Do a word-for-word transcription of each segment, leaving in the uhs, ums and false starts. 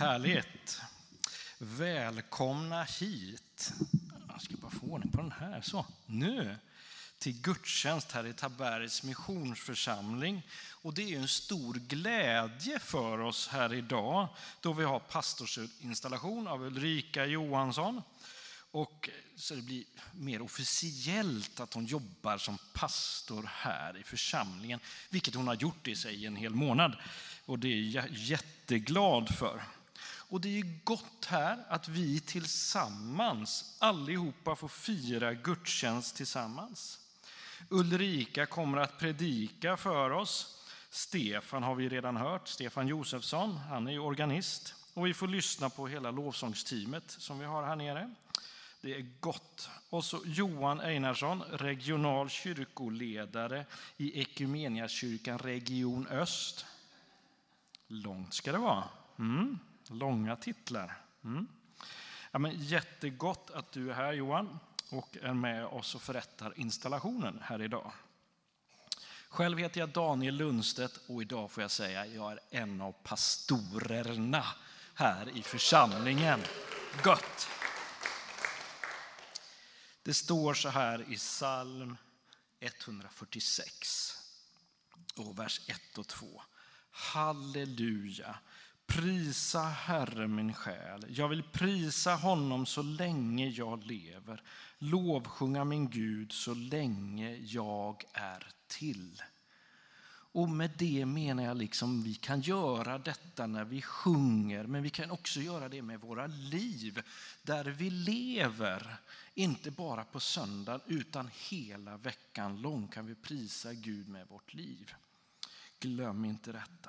Härligt. Välkomna hit. Jag ska bara få ordning på den här. Så, nu till gudstjänst här i Tabergs missionsförsamling. Och det är ju en stor glädje för oss här idag då vi har pastorsinstallation av Ulrika Johansson. Och så det blir mer officiellt att hon jobbar som pastor här i församlingen, vilket hon har gjort i sig en hel månad. Och det är jag jätteglad för. Och det är gott här att vi tillsammans, allihopa, får fira gudstjänst tillsammans. Ulrika kommer att predika för oss. Stefan har vi redan hört, Stefan Josefsson, han är ju organist. Och vi får lyssna på hela lovsångsteamet som vi har här nere. Det är gott. Och så Johan Einarsson, regional kyrkoledare i Ekumeniakyrkan Region Öst. Långt ska det vara. Mm. Långa titlar. Mm. Ja, men jättegott att du är här, Johan, och är med oss och förrättar installationen här idag. Själv heter jag Daniel Lundstedt och idag får jag säga att jag är en av pastorerna här i församlingen. Gott! Det står så här i psalm etthundrafyrtiosex och vers ett och två. Halleluja! Prisa Herren min själ. Jag vill prisa honom så länge jag lever. Lovsjunga min Gud så länge jag är till. Och med det menar jag liksom vi kan göra detta när vi sjunger, men vi kan också göra det med våra liv där vi lever. Inte bara på söndagen utan hela veckan lång kan vi prisa Gud med vårt liv. Glöm inte detta.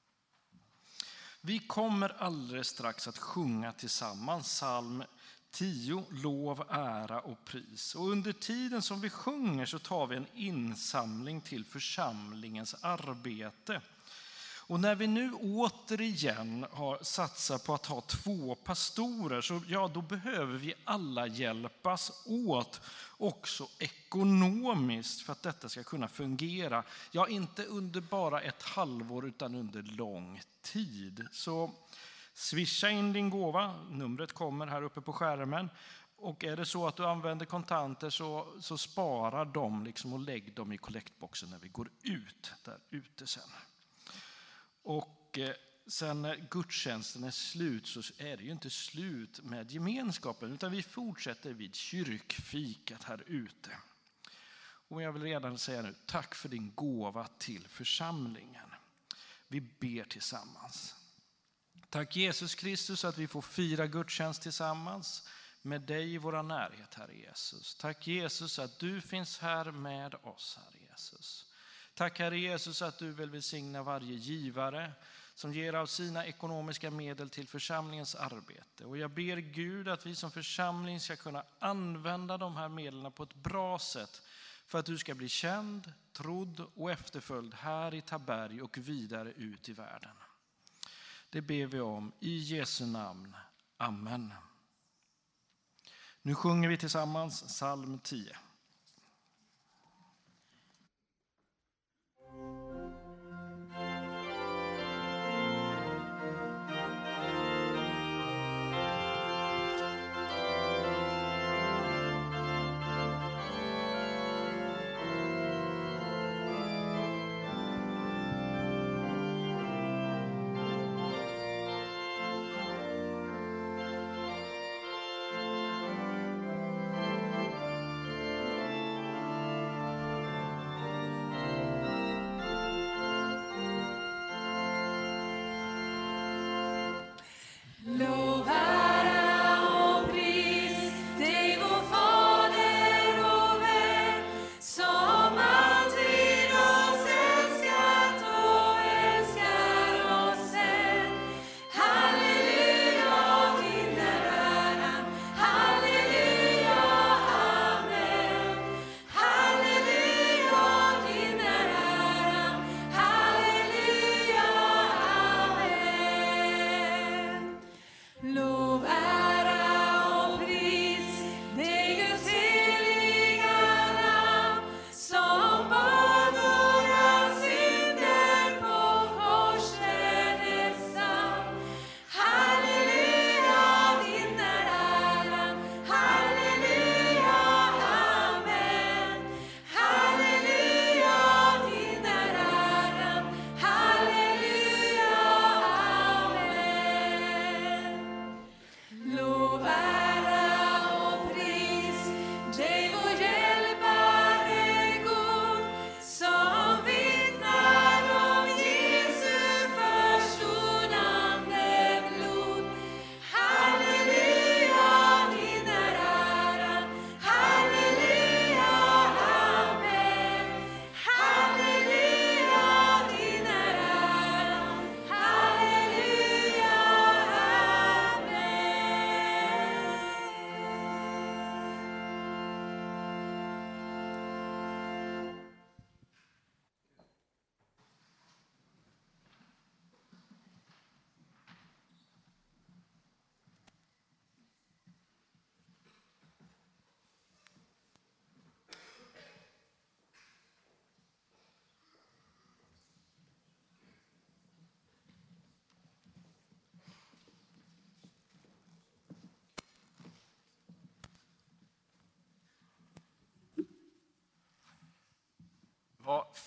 Vi kommer alldeles strax att sjunga tillsammans psalm tio, lov, ära och pris. Och under tiden som vi sjunger så tar vi en insamling till församlingens arbete. Och när vi nu återigen har satsat på att ha två pastorer så ja, då behöver vi alla hjälpas åt också ekonomiskt för att detta ska kunna fungera. Ja, inte under bara ett halvår utan under lång tid. Så swisha in din gåva, numret kommer här uppe på skärmen. Och är det så att du använder kontanter så, så spara dem liksom och lägg dem i kollektboxen när vi går ut där ute sen. Och sen när gudstjänsten är slut så är det ju inte slut med gemenskapen utan vi fortsätter vid kyrkfikat här ute. Och jag vill redan säga nu, tack för din gåva till församlingen. Vi ber tillsammans. Tack Jesus Kristus att vi får fira gudstjänst tillsammans med dig i våra närhet, Herre Jesus. Tack Jesus att du finns här med oss, Herre Jesus. Tack Herre Jesus att du vill välsigna varje givare som ger av sina ekonomiska medel till församlingens arbete. Och jag ber Gud att vi som församling ska kunna använda de här medlen på ett bra sätt för att du ska bli känd, trodd och efterföljd här i Taberg och vidare ut i världen. Det ber vi om i Jesu namn. Amen. Nu sjunger vi tillsammans psalm tio. Thank you.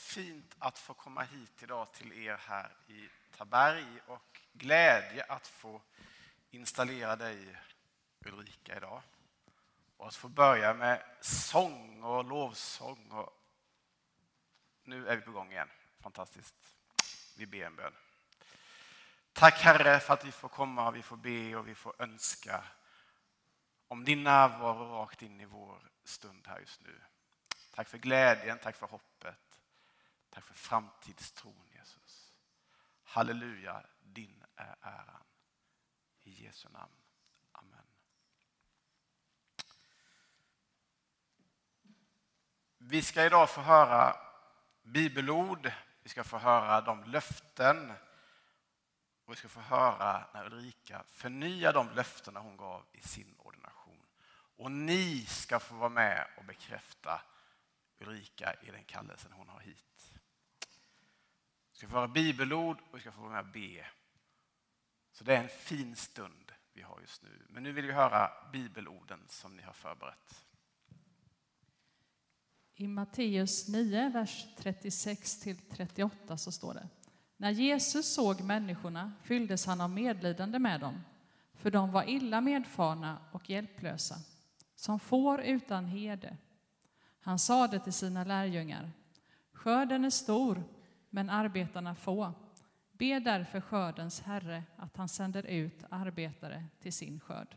fint att få komma hit idag till er här i Taberg och glädje att få installera dig, Ulrika, idag. Och att få börja med sång och lovsång. Och nu är vi på gång igen. Fantastiskt. Vi ber en bön. Tack Herre för att vi får komma, vi får be och vi får önska om din närvaro rakt in i vår stund här just nu. Tack för glädjen, tack för hoppet. Tack för framtidstron, Jesus. Halleluja, din är äran. I Jesu namn. Amen. Vi ska idag få höra bibelord. Vi ska få höra de löften. Och vi ska få höra när Ulrika förnyar de löftena hon gav i sin ordination. Och ni ska få vara med och bekräfta Ulrika i den kallelsen hon har hit. Vi ska få höra bibelord och vi ska få vara med och be. Så det är en fin stund vi har just nu. Men nu vill vi höra bibelorden som ni har förberett. I Matteus nio, vers trettiosex till trettioåtta så står det: När Jesus såg människorna fylldes han av medlidande med dem, för de var illa medfarna och hjälplösa, som får utan herde. Han sade till sina lärjungar: Skörden är stor, men arbetarna få. Be därför skördens Herre att han sänder ut arbetare till sin skörd.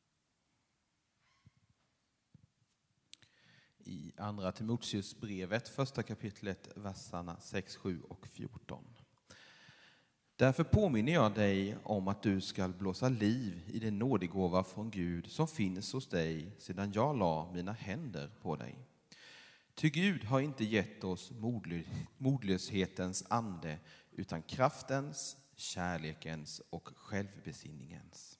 I andra Timoteusbrevet, första kapitlet, verserna sex, sju och fjorton. Därför påminner jag dig om att du ska blåsa liv i den nådegåva från Gud som finns hos dig sedan jag la mina händer på dig. Ty Gud har inte gett oss modlöshetens ande utan kraftens, kärlekens och självbesinningens.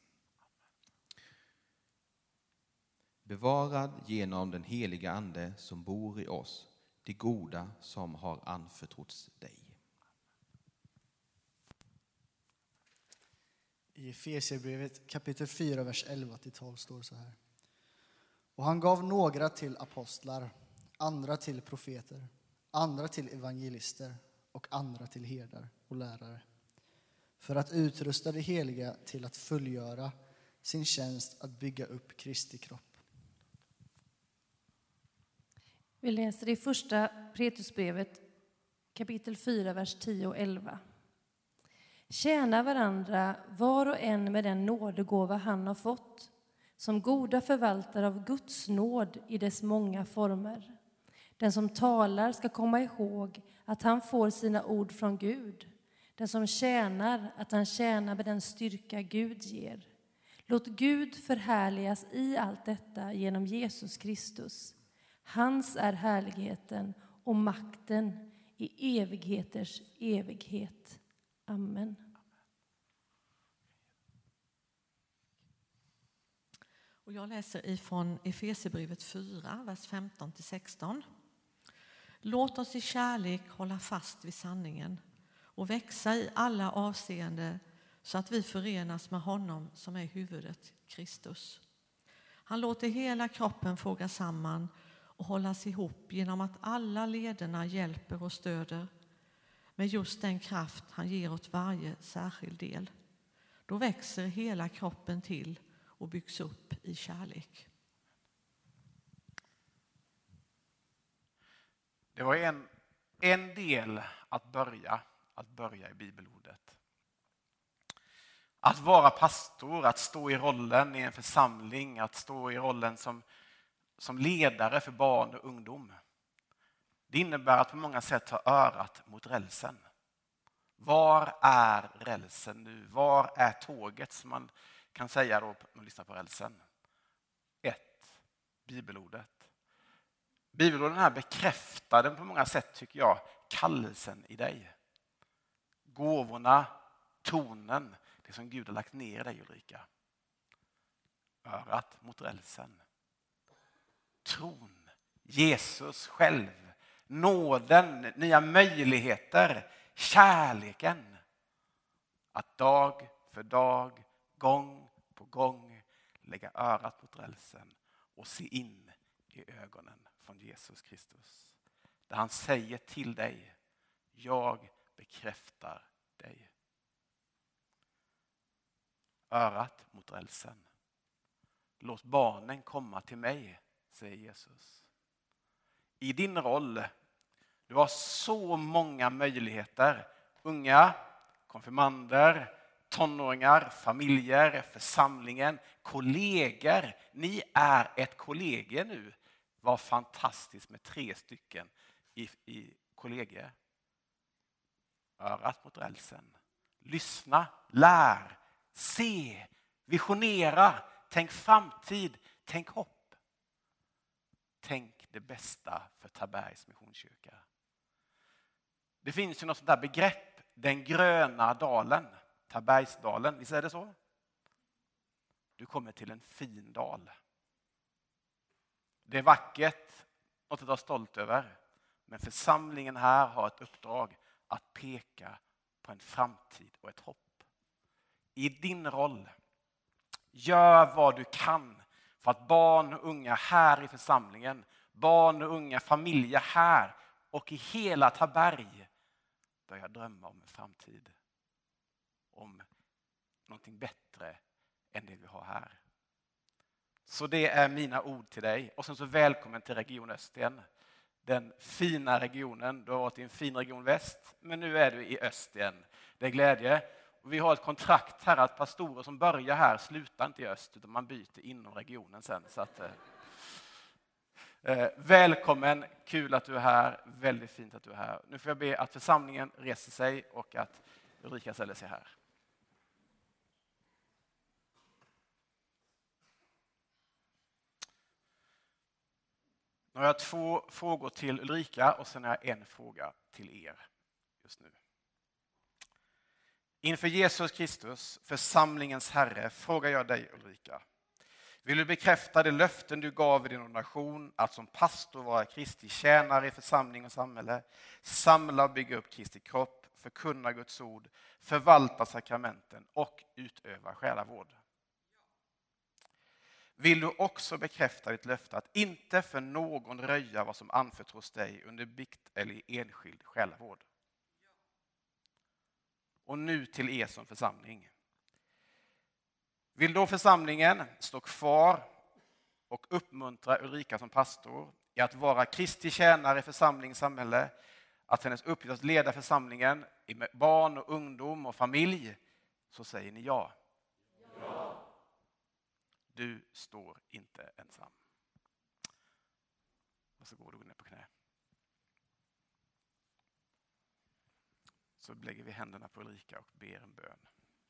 Bevarad genom den heliga ande som bor i oss, det goda som har anförtrotts dig. I Efesierbrevet kapitel fyra, vers elva till tolv står så här. Och han gav några till apostlar, andra till profeter, andra till evangelister och andra till herdar och lärare. För att utrusta de heliga till att fullgöra sin tjänst att bygga upp Kristi kropp. Vi läser i första Petrusbrevet kapitel fyra, vers tio och elva. Tjäna varandra var och en med den nådegåva han har fått, som goda förvaltare av Guds nåd i dess många former. Den som talar ska komma ihåg att han får sina ord från Gud. Den som tjänar att han tjänar med den styrka Gud ger. Låt Gud förhärligas i allt detta genom Jesus Kristus. Hans är härligheten och makten i evigheters evighet. Amen. Och jag läser ifrån Efesierbrevet fyra, vers femton till sexton. Låt oss i kärlek hålla fast vid sanningen och växa i alla avseende så att vi förenas med honom som är huvudet, Kristus. Han låter hela kroppen foga samman och hållas ihop genom att alla lederna hjälper och stöder med just den kraft han ger åt varje särskild del. Då växer hela kroppen till och byggs upp i kärlek. Det var en, en del att börja, att börja i bibelordet. Att vara pastor, att stå i rollen i en församling, att stå i rollen som, som ledare för barn och ungdom. Det innebär att på många sätt ha örat mot rälsen. Var är rälsen nu? Var är tåget, som man kan säga då när man lyssnar på rälsen? Ett, bibelordet. Bibelorden här bekräftar den på många sätt, tycker jag, kallelsen i dig. Gåvorna, tonen, det som Gud har lagt ner i dig, Ulrika. Örat mot rälsen. Tron, Jesus själv, nåden, nya möjligheter, kärleken. Att dag för dag, gång på gång lägga örat mot rälsen och se in i ögonen från Jesus Kristus. där han säger till dig: jag bekräftar dig. Örat mot rälsen. Låt barnen komma till mig, säger Jesus. I din roll, du har så många möjligheter. Unga, konfirmander, tonåringar, familjer, församlingen, kollegor. Ni är ett kollegie nu. Vad fantastiskt med tre stycken i, i kollegier. Örat mot rälsen. Lyssna, lär, se, visionera, tänk framtid, tänk hopp. Tänk det bästa för Tabergs Missionskyrka. Det finns ju något sånt där begrepp, den gröna dalen, Tabergsdalen, visst är det så? Du kommer till en fin dal. Det är vackert, något att vara stolt över. Men församlingen här har ett uppdrag att peka på en framtid och ett hopp. I din roll, gör vad du kan för att barn och unga här i församlingen, barn och unga familjer här och i hela Taberg börjar drömma om en framtid. Om någonting bättre än det vi har här. Så det är mina ord till dig. Och sen så välkommen till Region Öst igen. Den fina regionen. Du har varit i en fin region väst, men nu är du i öst igen. Det är glädje. Och vi har ett kontrakt här att pastorer som börjar här slutar inte i öst, utan man byter inom regionen sen. Så att, eh, välkommen, kul att du är här. Väldigt fint att du är här. Nu får jag be att församlingen reser sig och att Ulrika ställer sig här. Nu har jag två frågor till Ulrika och sen har jag en fråga till er just nu. Inför Jesus Kristus, församlingens Herre, frågar jag dig Ulrika. Vill du bekräfta det löften du gav i din ordination att som pastor vara Kristi tjänare i församling och samhälle, samla och bygga upp Kristi kropp, förkunna Guds ord, förvalta sakramenten och utöva själavård? Vill du också bekräfta ditt löfte att inte för någon röja vad som anförtros dig under bikt eller i enskild själavård? Och nu till er som församling. Vill då församlingen stå kvar och uppmuntra Ulrika som pastor i att vara Kristi tjänare i församlingens samhälle, att hennes uppgift att leda församlingen i barn och ungdom och familj, så säger ni ja. Ja. Du står inte ensam. Varsågod och gå ner på knä. Så lägger vi händerna på Ulrika och ber en bön.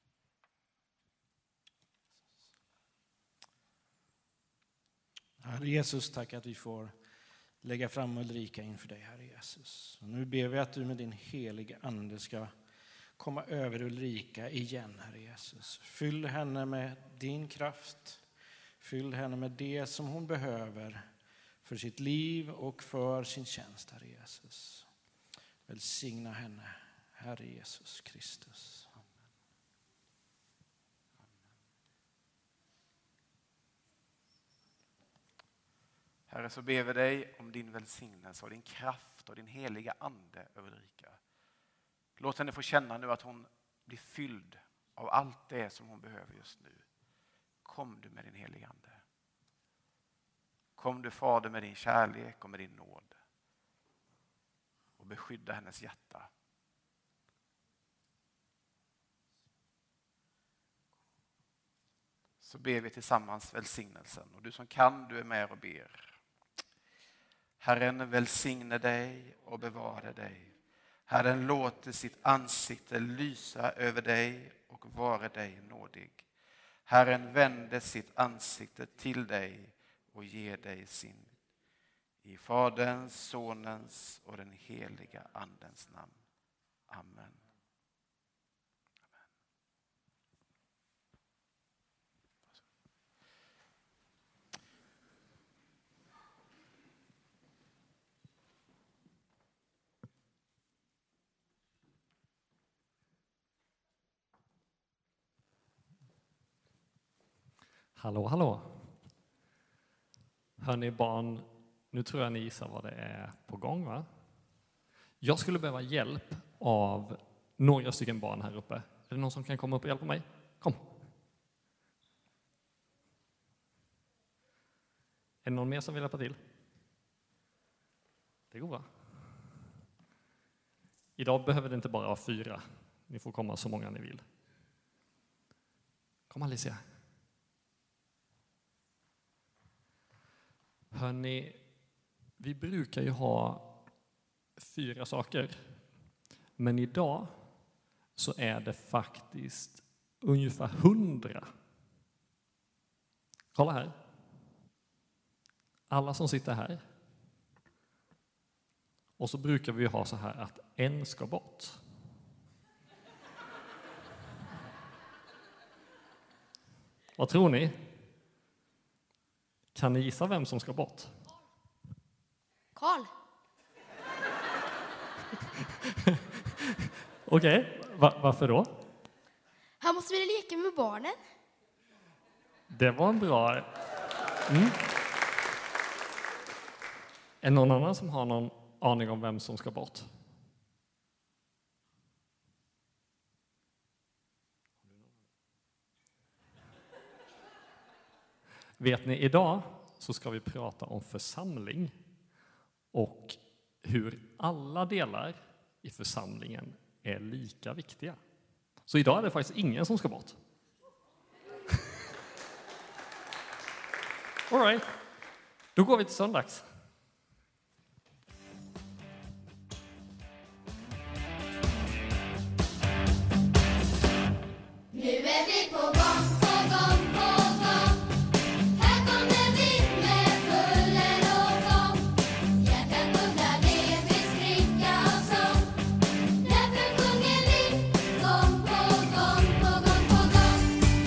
Herre Jesus, tack att vi får lägga fram Ulrika inför dig, Herre Jesus. Och nu ber vi att du med din heliga ande ska komma över Ulrika igen, Herre Jesus. Fyll henne med din kraft. Fyll henne med det som hon behöver för sitt liv och för sin tjänst, Herre Jesus. Välsigna henne, Herre Jesus Kristus. Amen. Herre, så ber vi dig om din välsignelse och din kraft och din heliga ande över Ulrika. Låt henne få känna nu att hon blir fylld av allt det som hon behöver just nu. Kom du med din heliga ande. Kom du, Fader, med din kärlek och med din nåd. Och beskydda hennes hjärta. Så ber vi tillsammans välsignelsen. Och du som kan, du är med och ber. Herren välsigne dig och bevara dig. Herren låter sitt ansikte lysa över dig och vara dig nådig. Herren vände sitt ansikte till dig och ger dig sin. I Faderns, Sonens och den heliga Andens namn. Amen. Hallå, hallå. Hör ni barn, nu tror jag ni gissar vad det är på gång, va? Jag skulle behöva hjälp av några stycken barn här uppe. Är det någon som kan komma upp och hjälpa mig? Kom. Är det någon mer som vill hjälpa till? Det går bra. Idag behöver det inte bara vara fyra. Ni får komma så många ni vill. Kom Alicia. Hörrni, vi brukar ju ha fyra saker. Men idag så är det faktiskt ungefär hundra. Kolla här. Alla som sitter här. Och så brukar vi ha så här att en ska bort. Vad tror ni? Kan ni gissa vem som ska bort? Karl. Okej, okay. Va- varför då? Han måste vilja leka med barnen. Det var en bra... Mm. Är någon annan som har någon aning om vem som ska bort? Vet ni, idag så ska vi prata om församling och hur alla delar i församlingen är lika viktiga. Så idag är det faktiskt ingen som ska bort. All right. Då går vi till söndags. Nu är vi på gång, på gång, på gång. Här kommer vi med buller och gång. Hjärtat bubblar, det vill skrika och sång. Därför sjunger vi gång på gång, på gång, på gång.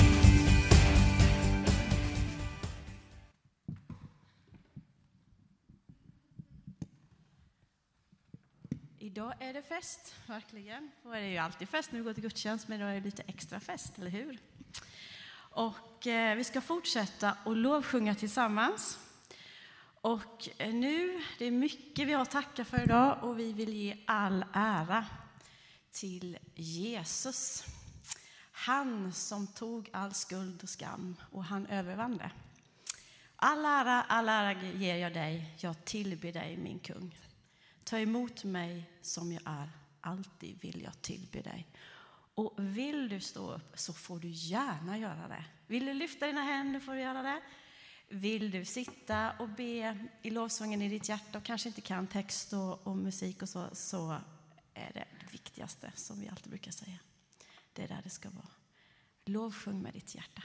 Idag är det fest, verkligen. Och det är ju alltid fest när vi går till gudstjänst, men idag är det lite extra fest, eller hur? Och eh, vi ska fortsätta och lovsjunga tillsammans. Och eh, nu, det är mycket vi har att tacka för idag och vi vill ge all ära till Jesus. Han som tog all skuld och skam och han övervann det. All ära, all ära ger jag dig, jag tillber dig min kung. Ta emot mig som jag är, alltid vill jag tillbe dig. Och vill du stå upp så får du gärna göra det. Vill du lyfta dina händer får du göra det. Vill du sitta och be i lovsången i ditt hjärta och kanske inte kan text och, och musik och så, så är det det viktigaste som vi alltid brukar säga. Det är där det ska vara. Lovsjung med ditt hjärta.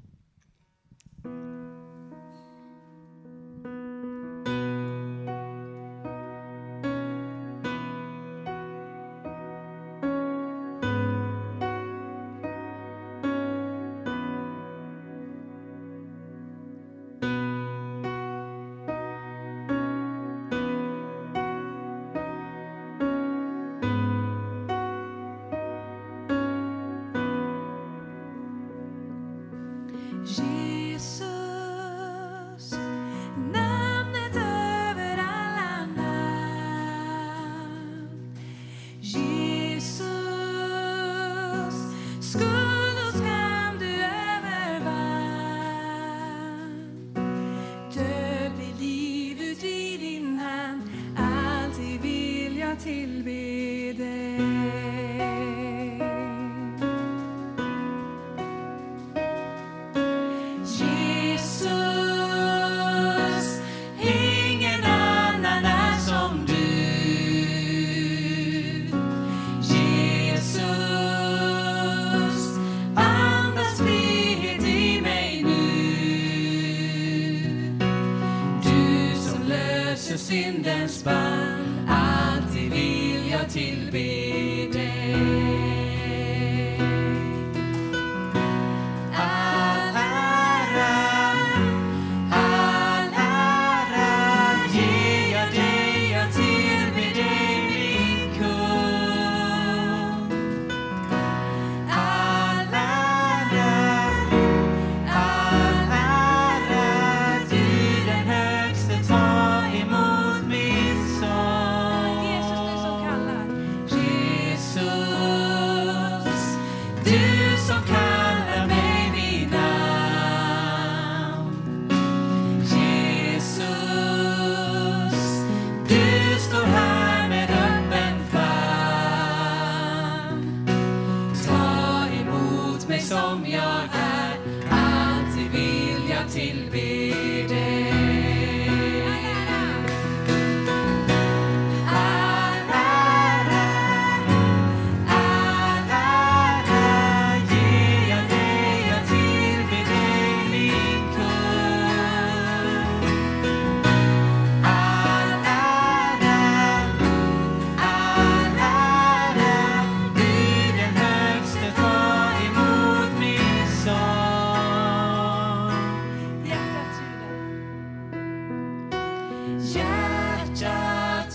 Syndens band, alltid vill jag tillbe dig. All ära, all ära ger jag dig, jag tillber dig min kung. All ära, all ära, du den högste, ta emot min sång. Jesus, du som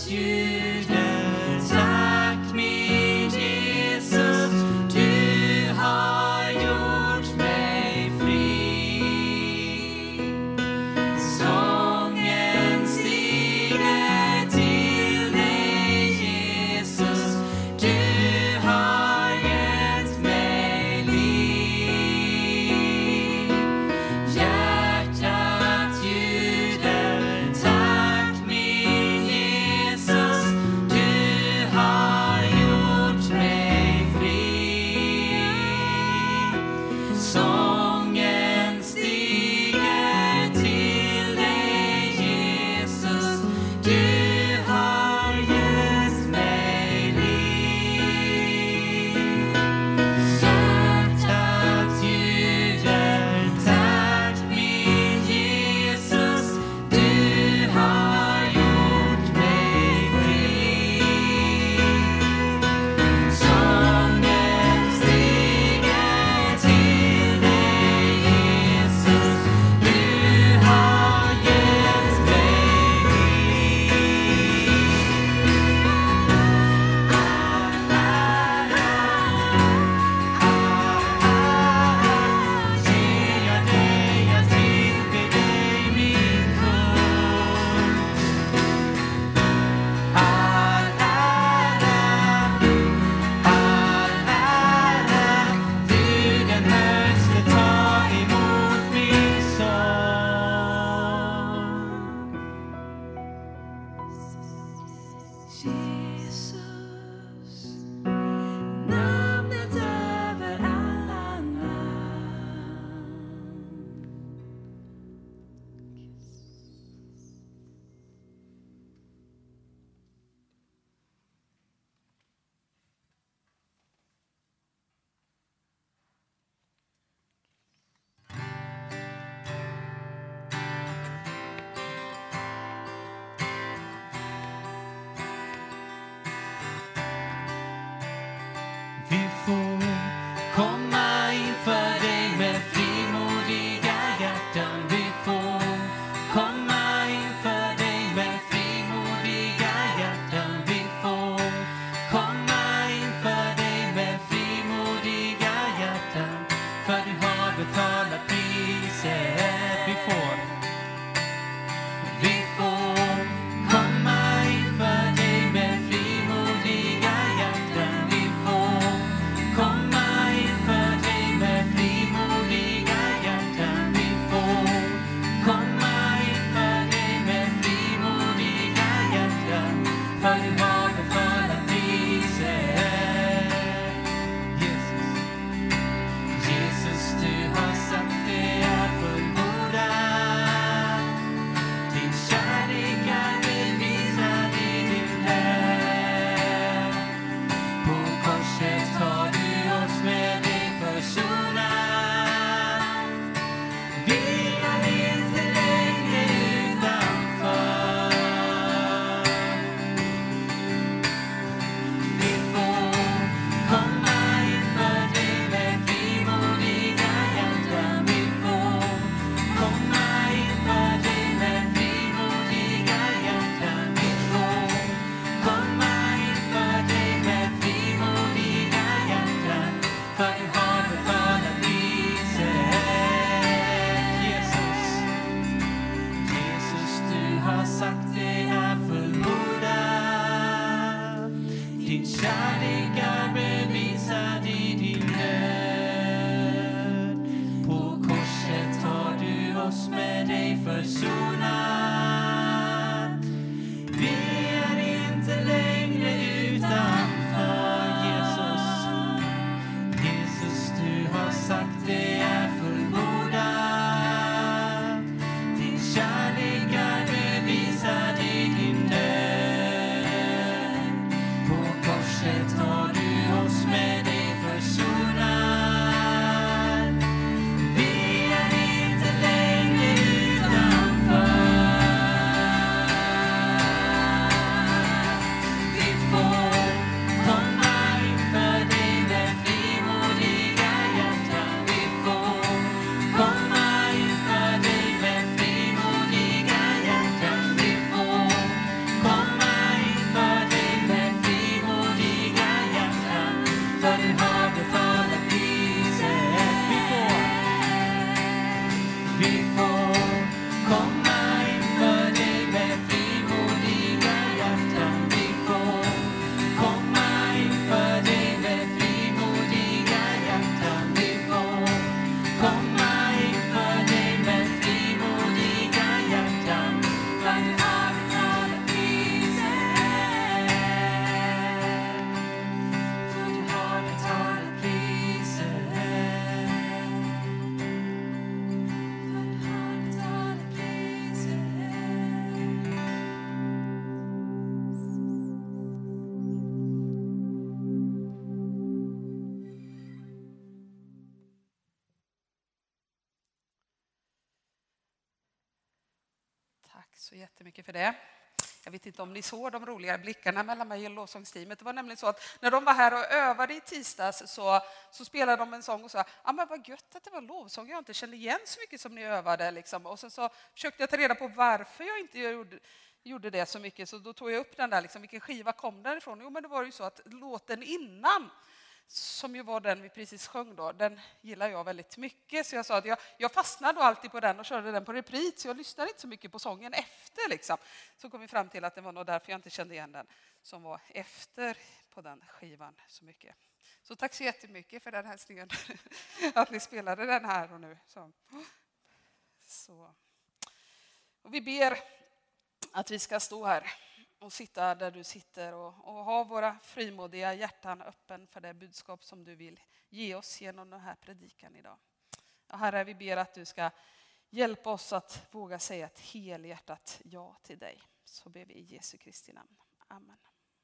Kärlek är bevisad så jättemycket för det. Jag vet inte om ni såg de roliga blickarna mellan mig och lovsångsteamet. Det var nämligen så att när de var här och övade i tisdags så, så spelade de en sång och sa ah, men vad gött att det var lovsång. Jag inte kände igen så mycket som ni övade. Liksom. Och sen så försökte jag ta reda på varför jag inte gjorde, gjorde det så mycket. Så då tog jag upp den där, liksom, vilken skiva kom därifrån? Jo, men det var ju så att låten innan, som ju var den vi precis sjöng då, den gillar jag väldigt mycket. Så jag sa att jag, jag fastnade då alltid på den och körde den på repeat. Så jag lyssnade inte så mycket på sången efter. Liksom. Så kom vi fram till att det var nog därför jag inte kände igen den som var efter på den skivan så mycket. Så tack så jättemycket för den hälsningen. Att ni spelade den här och nu. Så. Så. Och vi ber att vi ska stå här och sitta där du sitter och, och ha våra frimodiga hjärtan öppen för det budskap som du vill ge oss genom den här predikan idag. Och Herre, vi ber att du ska hjälpa oss att våga säga ett helhjärtat ja till dig. Så ber vi i Jesu Kristi namn. Amen.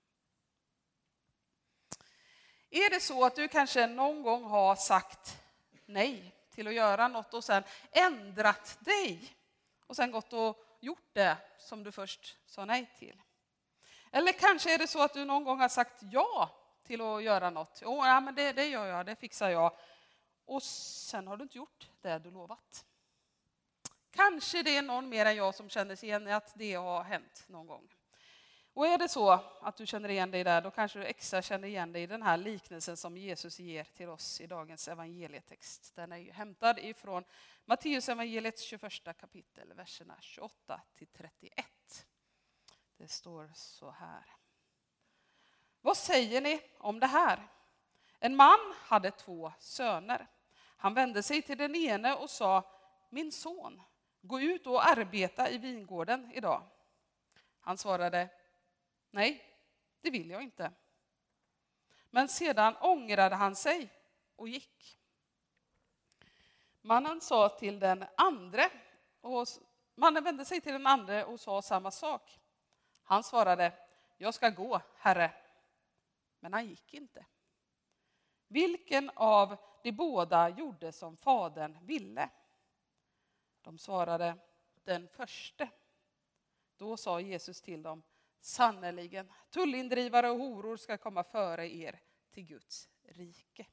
Är det så att du kanske någon gång har sagt nej till att göra något och sen ändrat dig och sen gått och gjort det som du först sa nej till? Eller kanske är det så att du någon gång har sagt ja till att göra något. Åh, ja, men det, det gör jag, det fixar jag. Och sen har du inte gjort det du lovat. Kanske det är någon mer än jag som känner sig igen i att det har hänt någon gång. Och är det så att du känner igen dig där, då kanske du extra känner igen dig i den här liknelsen som Jesus ger till oss i dagens evangelietext. Den är ju hämtad ifrån Matteus evangeliets tjugoförsta kapitel, verserna tjugoåtta till trettioett. Det står så här. Vad säger ni om det här? En man hade två söner. Han vände sig till den ene och sa, min son, gå ut och arbeta i vingården idag. Han svarade, nej, det vill jag inte. Men sedan ångrade han sig och gick. Mannen sa till den andre, och mannen vände sig till den andre och sa samma sak. Han svarade, jag ska gå, herre. Men han gick inte. Vilken av de båda gjorde som fadern ville? De svarade, den förste. Då sa Jesus till dem, sannoliken, tullindrivare och horor ska komma före er till Guds rike.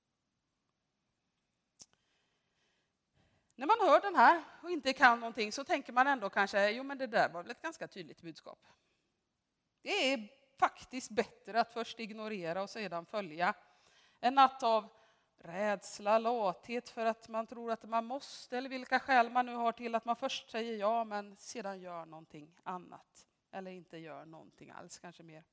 När man hör den här och inte kan någonting så tänker man ändå kanske, jo men det där var väl ett ganska tydligt budskap. Det är faktiskt bättre att först ignorera och sedan följa än att av rädsla, lathet för att man tror att man måste eller vilka skäl man nu har till att man först säger ja men sedan gör någonting annat. Eller inte gör någonting alls, kanske mer.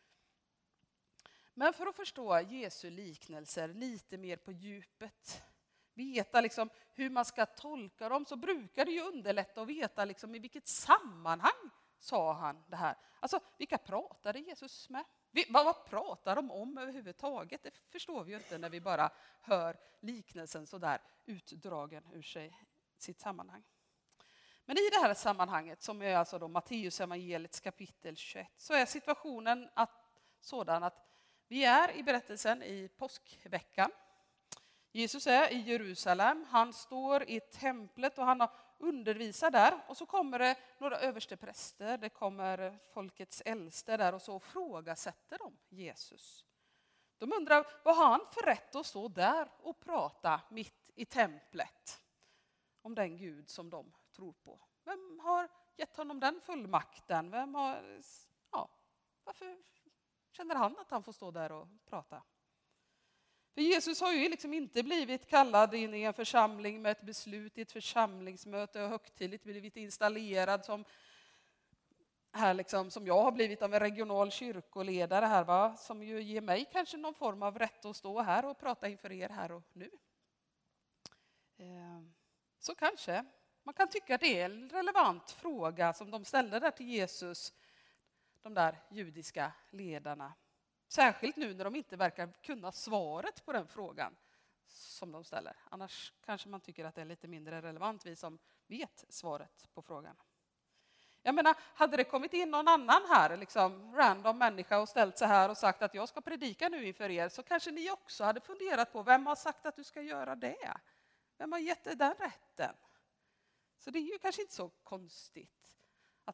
Men för att förstå Jesu liknelser lite mer på djupet, veta liksom hur man ska tolka dem, så brukar det ju underlätta att veta liksom i vilket sammanhang sa han det här. Alltså, vilka pratade Jesus med? Vad, vad pratar de om överhuvudtaget? Det förstår vi ju inte när vi bara hör liknelsen så där utdragen ur sig, sitt sammanhang. Men i det här sammanhanget, som är alltså då Matteus evangeliets kapitel tjugoett, så är situationen att, sådan att vi är i berättelsen i påskveckan. Jesus är i Jerusalem, han står i templet och han har undervisar där. Och så kommer det några överstepräster, det kommer folkets äldste där och så frågasätter de Jesus. De undrar, vad har han för rätt att stå där och prata mitt i templet om den Gud som de tror på? Vem har gett honom den fullmakten? Vem har, ja, varför känner han att han får stå där och prata? För Jesus har ju liksom inte blivit kallad in i en församling med ett beslut i ett församlingsmöte och högtidligt blivit installerad som, här liksom, som jag har blivit av en regional kyrkoledare här, va? Som ju ger mig kanske någon form av rätt att stå här och prata inför er här och nu. Så kanske man kan tycka att det är en relevant fråga som de ställde där till Jesus, de där judiska ledarna. Särskilt nu när de inte verkar kunna svaret på den frågan som de ställer. Annars kanske man tycker att det är lite mindre relevant, vi som vet svaret på frågan. Jag menar, hade det kommit in någon annan här, liksom random människa och ställt sig här och sagt att jag ska predika nu inför er, så kanske ni också hade funderat på, vem har sagt att du ska göra det? Vem har gett dig den rätten? Så det är ju kanske inte så konstigt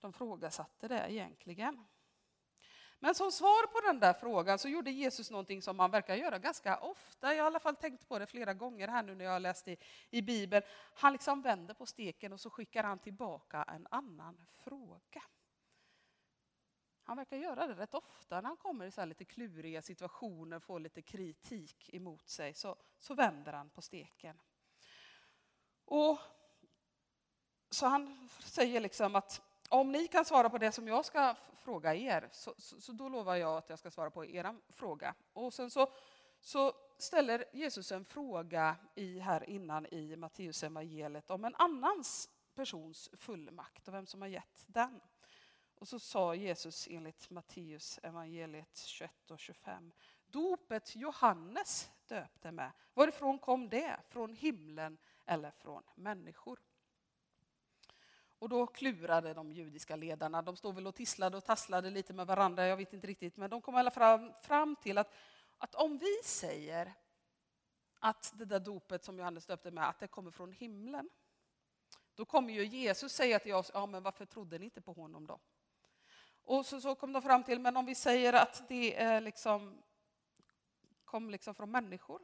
de frågasatte det egentligen. Men som svar på den där frågan så gjorde Jesus någonting som man verkar göra ganska ofta. Jag har i alla fall tänkt på det flera gånger här nu när jag har läst i, i Bibeln. Han liksom vänder på steken och så skickar han tillbaka en annan fråga. Han verkar göra det rätt ofta när han kommer i så här lite kluriga situationer, får lite kritik emot sig, så, så vänder han på steken. Och så han säger liksom att om ni kan svara på det som jag ska fråga er, så, så, så då lovar jag att jag ska svara på er fråga. Och sen så, så ställer Jesus en fråga i, här innan i Matteus evangeliet om en annans persons fullmakt och vem som har gett den. Och så sa Jesus enligt Matteus evangeliet tjugoett och tjugofem: dopet Johannes döpte med, varifrån kom det? Från himlen eller från människor? Och då klurade de judiska ledarna. De stod väl och tisslade och tasslade lite med varandra, jag vet inte riktigt. Men de kom i alla fall fram till att, att om vi säger att det där dopet som Johannes döpte med, att det kommer från himlen, då kommer ju Jesus säga till oss: ja, men varför trodde ni inte på honom då? Och så, så kom de fram till, men om vi säger att det är liksom, kom liksom från människor,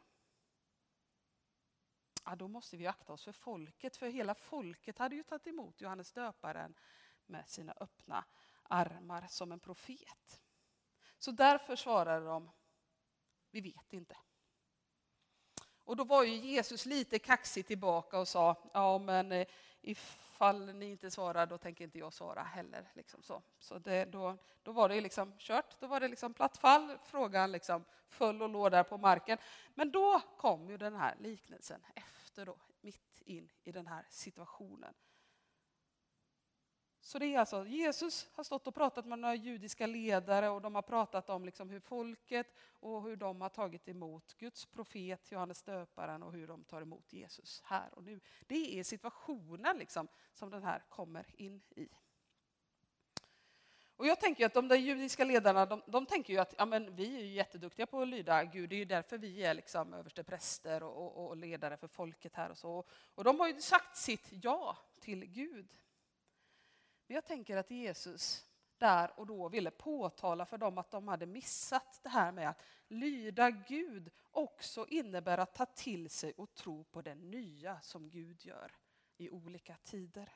ja, då måste vi akta oss för folket. För hela folket hade ju tagit emot Johannes döparen med sina öppna armar som en profet. Så därför svarade de: vi vet inte. Och då var ju Jesus lite kaxig tillbaka och sa: ja, men ifall ni inte svarar, då tänker inte jag svara heller. Liksom så så det, då, då var det ju liksom kört. Då var det liksom platt fall. Frågan liksom föll och låg där på marken. Men då kom ju den här liknelsen efter då, mitt in i den här situationen. Så det är alltså, Jesus har stått och pratat med några judiska ledare och de har pratat om liksom hur folket och hur de har tagit emot Guds profet Johannes döparen och hur de tar emot Jesus här och nu. Det är situationen liksom som den här kommer in i. Och jag tänker att de där judiska ledarna, de, de tänker ju att ja, men vi är ju jätteduktiga på att lyda Gud. Det är ju därför vi är liksom överste präster och, och, och ledare för folket här och så. Och de har ju sagt sitt ja till Gud. Men jag tänker att Jesus där och då ville påtala för dem att de hade missat det här med att lyda Gud också innebär att ta till sig och tro på det nya som Gud gör i olika tider.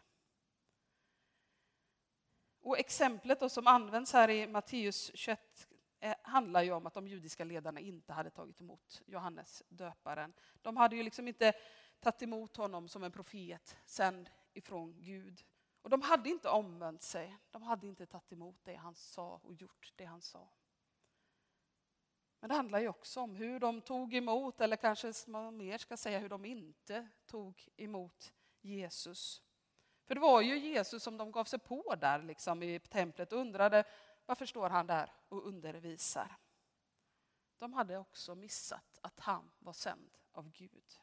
Och exemplet då som används här i Matteus tjugoett handlar ju om att de judiska ledarna inte hade tagit emot Johannes döparen. De hade ju liksom inte tagit emot honom som en profet sänd ifrån Gud. Och de hade inte omvänt sig. De hade inte tagit emot det han sa och gjort det han sa. Men det handlar ju också om hur de tog emot, eller kanske man mer ska säga hur de inte tog emot Jesus. För det var ju Jesus som de gav sig på där liksom i templet och undrade varför står han där och undervisar. De hade också missat att han var sänd av Gud.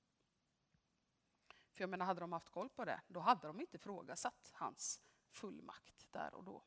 För jag menar, hade de haft koll på det, då hade de inte ifrågasatt hans fullmakt där och då.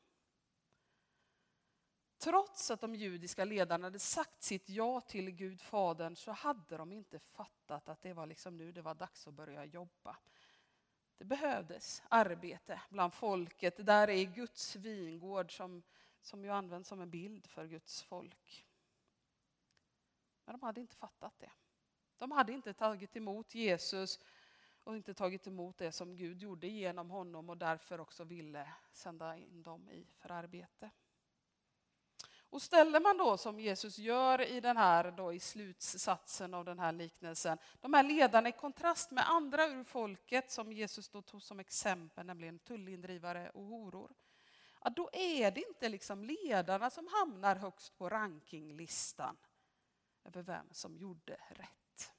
Trots att de judiska ledarna hade sagt sitt ja till Gud Fadern så hade de inte fattat att det var liksom nu det var dags att börja jobba. Det behövdes arbete bland folket. Det där är Guds vingård som, som ju används som en bild för Guds folk. Men de hade inte fattat det. De hade inte tagit emot Jesus och inte tagit emot det som Gud gjorde genom honom och därför också ville sända in dem i för arbete. Och ställer man då som Jesus gör i den här då i slutsatsen av den här liknelsen, de här ledarna i kontrast med andra ur folket som Jesus då tog som exempel, nämligen tullindrivare och horor, ja, då är det inte liksom ledarna som hamnar högst på rankinglistan över vem som gjorde rätt.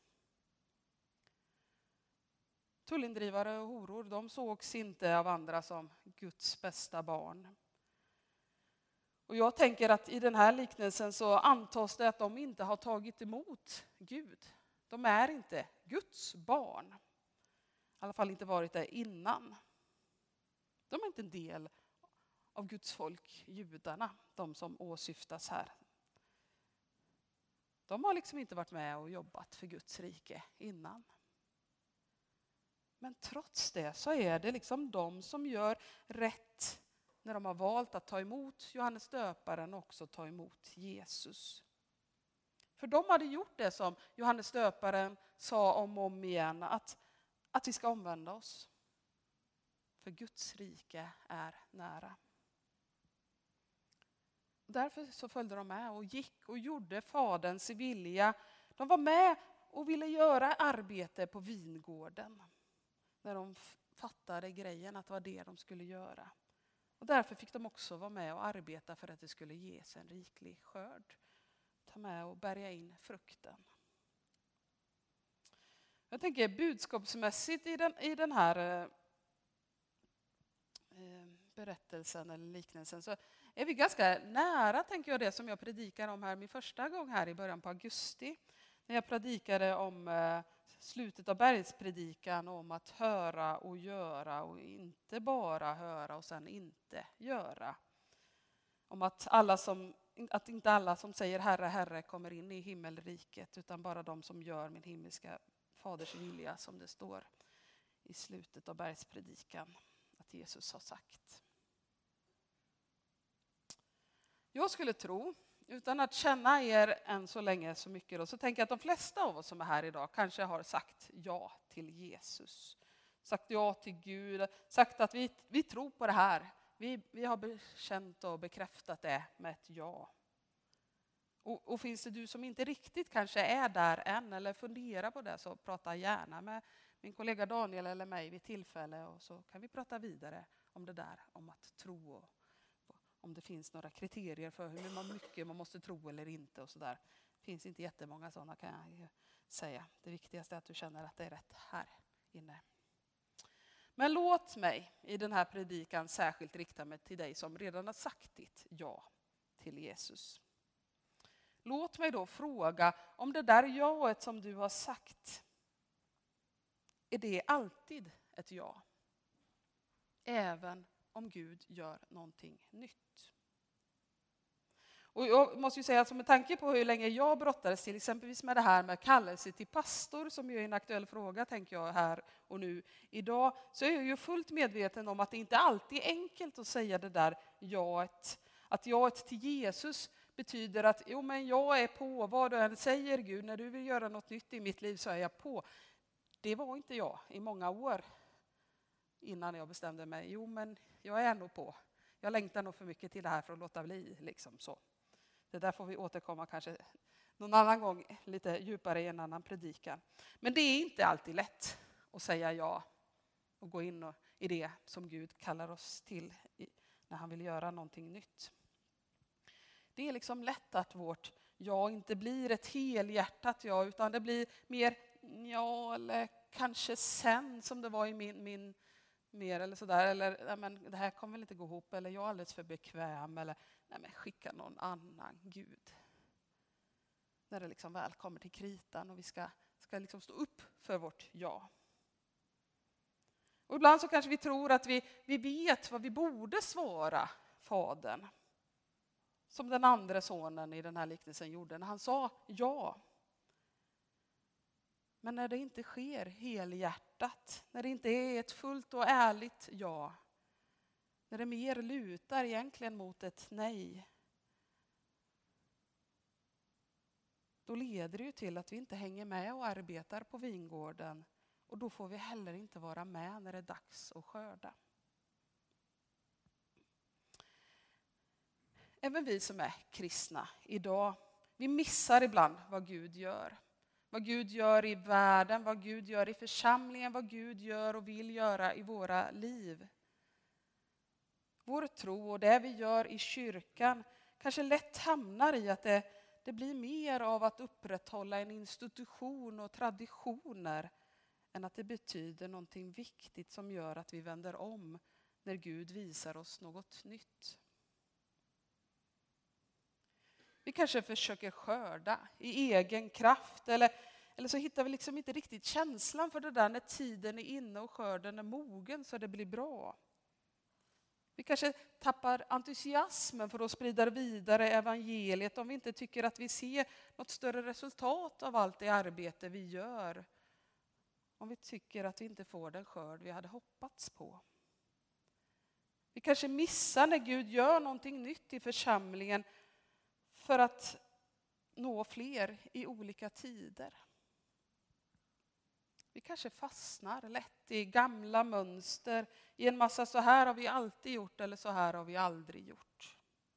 Tullindrivare och horor, de sågs inte av andra som Guds bästa barn. Och jag tänker att i den här liknelsen så antas det att de inte har tagit emot Gud. De är inte Guds barn. I alla fall inte varit det innan. De är inte en del av Guds folk, judarna, de som åsyftas här. De har liksom inte varit med och jobbat för Guds rike innan. Men trots det så är det liksom de som gör rätt när de har valt att ta emot Johannes döparen och också ta emot Jesus. För de hade gjort det som Johannes döparen sa om och om igen, att, att vi ska omvända oss. För Guds rike är nära. Därför så följde de med och gick och gjorde faderns vilja. De var med och ville göra arbete på vingården. När de fattade grejen att det var det de skulle göra. Och därför fick de också vara med och arbeta för att det skulle ges en riklig skörd. Ta med och bärga in frukten. Jag tänker budskapsmässigt i den, i den här eh, berättelsen eller liknelsen så är vi ganska nära, tänker jag, det som jag predikar om här min första gång här i början på augusti. När jag predikade om eh, slutet av bergspredikan, om att höra och göra och inte bara höra och sen inte göra. Om att, alla som, att inte alla som säger Herre, Herre kommer in i himmelriket, utan bara de som gör min himmelska faders vilja, som det står i slutet av bergspredikan att Jesus har sagt. Jag skulle tro, utan att känna er än så länge så mycket, då, så tänker jag att de flesta av oss som är här idag kanske har sagt ja till Jesus. Sagt ja till Gud, sagt att vi, vi tror på det här. Vi, vi har bekänt och bekräftat det med ett ja. Och, och finns det du som inte riktigt kanske är där än eller funderar på det, så prata gärna med min kollega Daniel eller mig vid tillfälle, och så kan vi prata vidare om det där, om att tro och om det finns några kriterier för hur mycket man måste tro eller inte och sådär. Det finns inte jättemånga sådana, kan jag säga. Det viktigaste är att du känner att det är rätt här inne. Men låt mig i den här predikan särskilt rikta mig till dig som redan har sagt ditt ja till Jesus. Låt mig då fråga om det där jaet som du har sagt, är det alltid ett ja? Även om Gud gör någonting nytt. Och jag måste ju säga att som med tanke på hur länge jag brottades till exempelvis med det här med kallelse till pastor, som ju är en aktuell fråga tänker jag här och nu idag, så är jag ju fullt medveten om att det inte alltid är enkelt att säga det där jaet. Att jaet till Jesus betyder att jo, men jag är på, vad du än säger Gud, när du vill göra något nytt i mitt liv så är jag på. Det var inte jag i många år innan jag bestämde mig. Jo, men jag är nog på. Jag längtar nog för mycket till det här för att låta bli. Liksom så. Det där får vi återkomma kanske någon annan gång lite djupare i en annan predikan. Men det är inte alltid lätt att säga ja och gå in i det som Gud kallar oss till när han vill göra någonting nytt. Det är liksom lätt att vårt ja inte blir ett helhjärtat ja, utan det blir mer ja eller kanske sen, som det var i min, min mer eller sådär, eller nej, men det här kommer väl inte gå ihop, eller jag är alldeles för bekväm, eller nej, men skicka någon annan Gud. När det liksom väl kommer till kritan och vi ska, ska liksom stå upp för vårt ja. Och ibland så kanske vi tror att vi, vi vet vad vi borde svara fadern. Som den andra sonen i den här liknelsen gjorde när han sa ja. Men när det inte sker helhjärtat, när det inte är ett fullt och ärligt ja, när det mer lutar egentligen mot ett nej, då leder det ju till att vi inte hänger med och arbetar på vingården, och då får vi heller inte vara med när det är dags att skörda. Även vi som är kristna idag, vi missar ibland vad Gud gör. Vad Gud gör i världen, vad Gud gör i församlingen, vad Gud gör och vill göra i våra liv. Vår tro och det vi gör i kyrkan kanske lätt hamnar i att det, det blir mer av att upprätthålla en institution och traditioner än att det betyder någonting viktigt som gör att vi vänder om när Gud visar oss något nytt. Vi kanske försöker skörda i egen kraft, eller, eller så hittar vi liksom inte riktigt känslan för det där när tiden är inne och skörden är mogen så det blir bra. Vi kanske tappar entusiasmen för att sprida vidare evangeliet om vi inte tycker att vi ser något större resultat av allt det arbete vi gör. Om vi tycker att vi inte får den skörd vi hade hoppats på. Vi kanske missar när Gud gör någonting nytt i församlingen för att nå fler i olika tider. Vi kanske fastnar lätt i gamla mönster, i en massa så här har vi alltid gjort eller så här har vi aldrig gjort.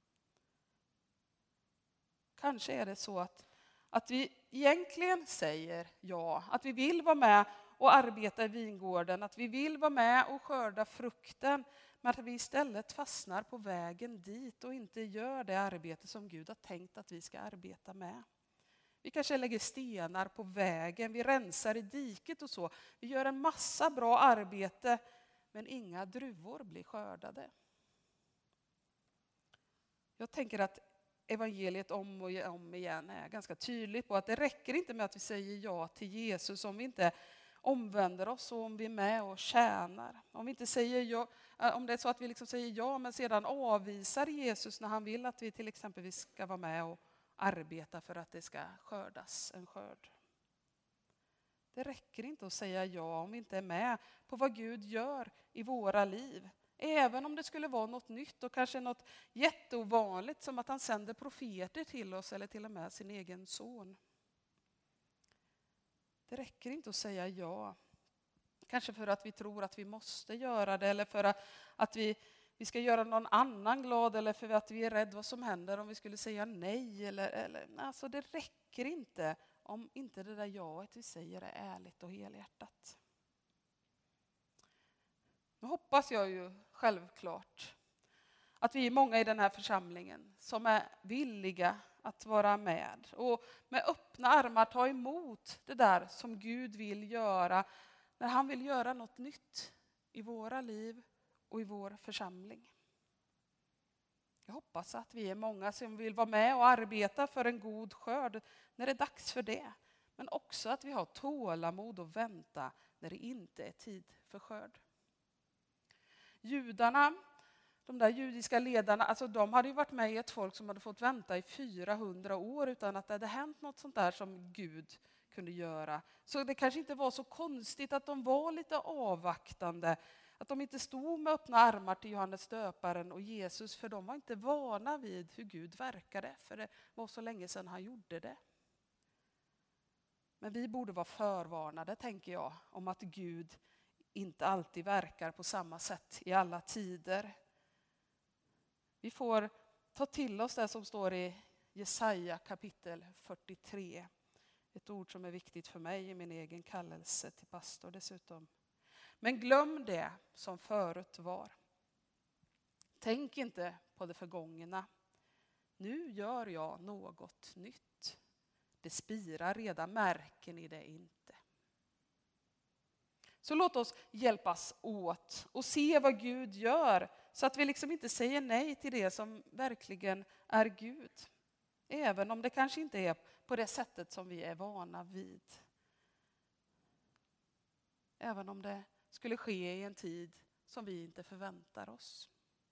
Kanske är det så att, att vi egentligen säger ja, att vi vill vara med och arbeta i vingården, att vi vill vara med och skörda frukten, men att vi istället fastnar på vägen dit och inte gör det arbete som Gud har tänkt att vi ska arbeta med. Vi kanske lägger stenar på vägen, vi rensar i diket och så. Vi gör en massa bra arbete, men inga druvor blir skördade. Jag tänker att evangeliet om och om igen är ganska tydligt på att det räcker inte med att vi säger ja till Jesus om vi inte omvänder oss och om vi är med och tjänar. Om vi inte säger ja, om det är så att vi liksom säger ja men sedan avvisar Jesus när han vill att vi till exempel ska vara med och arbeta för att det ska skördas en skörd. Det räcker inte att säga ja om vi inte är med på vad Gud gör i våra liv. Även om det skulle vara något nytt och kanske något jätteovanligt som att han sänder profeter till oss eller till och med sin egen son. Det räcker inte att säga ja. Kanske för att vi tror att vi måste göra det eller för att vi, vi ska göra någon annan glad eller för att vi är rädda vad som händer om vi skulle säga nej. Eller, eller, alltså det räcker inte om inte det där jaet vi säger är ärligt och helhjärtat. Nu hoppas jag ju självklart att vi är många i den här församlingen som är villiga att vara med och med öppna armar ta emot det där som Gud vill göra när han vill göra något nytt i våra liv och i vår församling. Jag hoppas att vi är många som vill vara med och arbeta för en god skörd när det är dags för det. Men också att vi har tålamod och vänta när det inte är tid för skörd. Judarna, de där judiska ledarna, alltså de hade ju varit med i ett folk som hade fått vänta i fyrahundra år utan att det hade hänt något sånt där som Gud kunde göra. Så det kanske inte var så konstigt att de var lite avvaktande, att de inte stod med öppna armar till Johannes döparen och Jesus, för de var inte vana vid hur Gud verkade, för det var så länge sedan han gjorde det. Men vi borde vara förvarnade, tänker jag, om att Gud inte alltid verkar på samma sätt i alla tider. Vi får ta till oss det som står i Jesaja kapitel fyrtiotre. Ett ord som är viktigt för mig i min egen kallelse till pastor dessutom. Men glöm det som förut var. Tänk inte på det förgångna. Nu gör jag något nytt. Det spirar redan, märker ni det inte? Så låt oss hjälpas åt och se vad Gud gör så att vi liksom inte säger nej till det som verkligen är Gud. Även om det kanske inte är på det sättet som vi är vana vid. Även om det skulle ske i en tid som vi inte förväntar oss.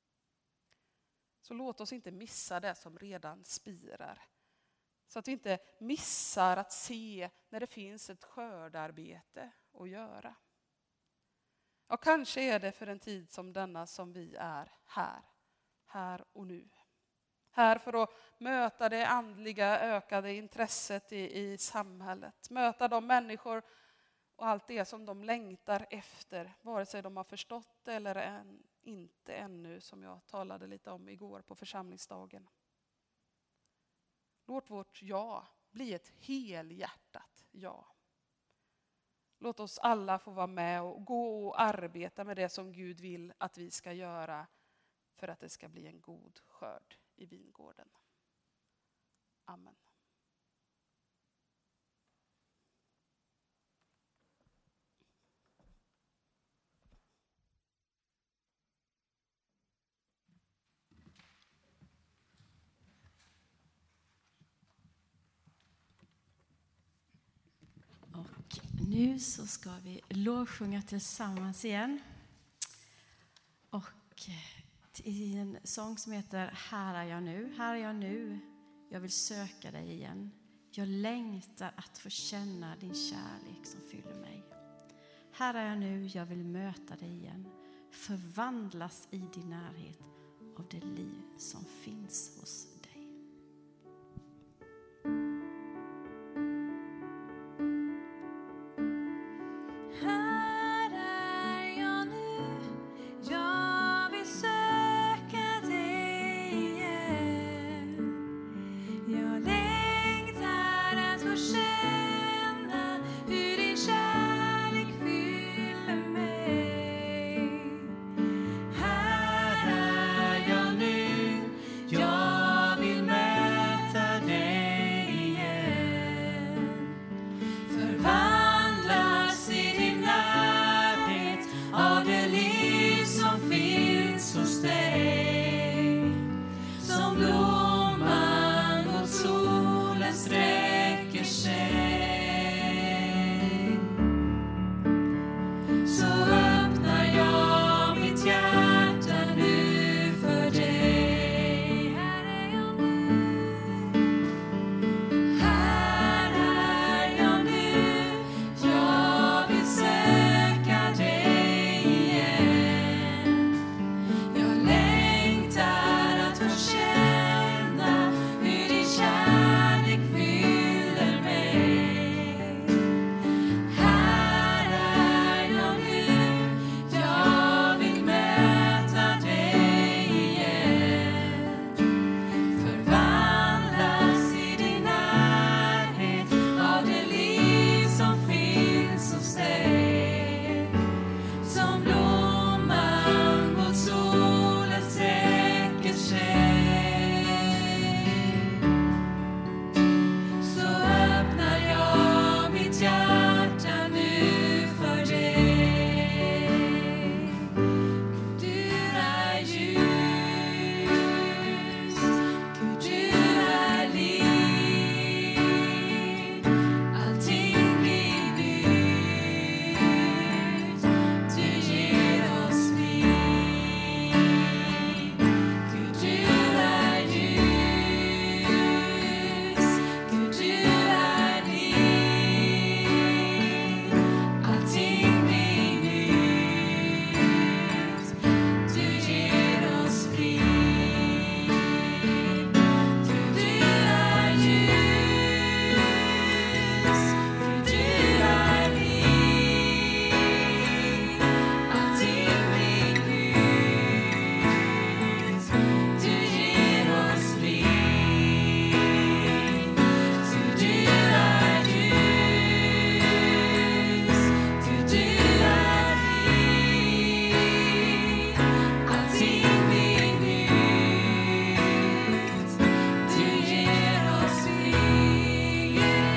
Så låt oss inte missa det som redan spirar. Så att vi inte missar att se när det finns ett skördarbete att göra. Ja, kanske är det för en tid som denna som vi är här. Här och nu. Här för att möta det andliga ökade intresset i, i samhället. Möta de människor och allt det som de längtar efter. Vare sig de har förstått det eller än, inte ännu, som jag talade lite om igår på församlingsdagen. Låt vårt ja bli ett helhjärtat ja. Låt oss alla få vara med och gå och arbeta med det som Gud vill att vi ska göra för att det ska bli en god skörd i vingården. Amen. Nu så ska vi lovsjunga tillsammans igen. Och i en sång som heter Här är jag nu, här är jag nu, jag vill söka dig igen. Jag längtar att få känna din kärlek som fyller mig. Här är jag nu, jag vill möta dig igen. förvandlas i din närhet av det liv som finns hos dig. Här är jag nu, jag vill söka dig igen. Jag längtar att få känna hur din kärlek fyller mig. Här är jag nu, jag vill möta dig igen. Förvandlas i din närhet av det liv som finns hos dig. Som blomman mot solen sträcker sig. Så öppnar jag mitt hjärta nu för dig. Här är jag nu. Här är jag nu. Jag vill söka dig igen. Jag längtar att få känna hur din kärlek fyller mig. Här är jag nu. Jag vill möta dig igen. Förvandlas i din närhet av det liv som finns hos dig. Som blomman mot solen sträcker sig. Så öppnar jag mitt hjärta nu för dig. Gud, du är ljus. Gud, du är liv. Allting blir nytt. Du ger oss liv. Gud, du är ljus. Gud, du är liv. Allting blir nytt. Du ger oss frid. Gud, du är ljus. Gud, du är liv. Allting blir nytt. Du ger oss frid. Gud, du är ljus. Gud, du är liv. Allting blir nytt. Du ger oss frid.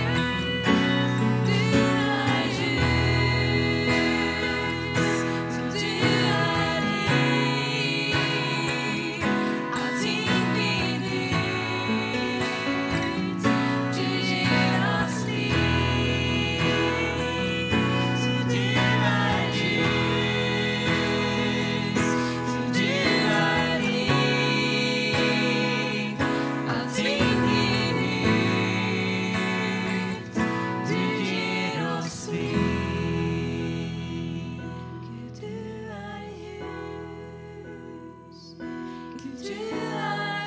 Du är ljus. Gud, du är liv. Allting blir nytt. Du ger oss liv. Gud, du är ljus. Gud, du är liv. Allting blir nytt. Du ger oss frid. Gud, du är ljus. Gud, du är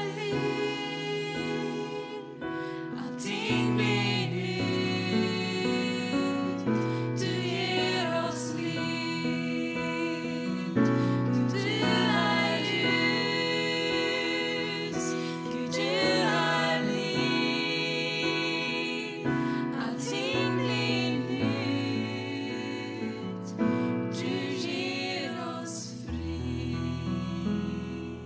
liv. Allting blir nytt. Du ger oss liv. Gud, du är ljus. Gud, du är liv. Allting blir nytt. Du ger oss frid.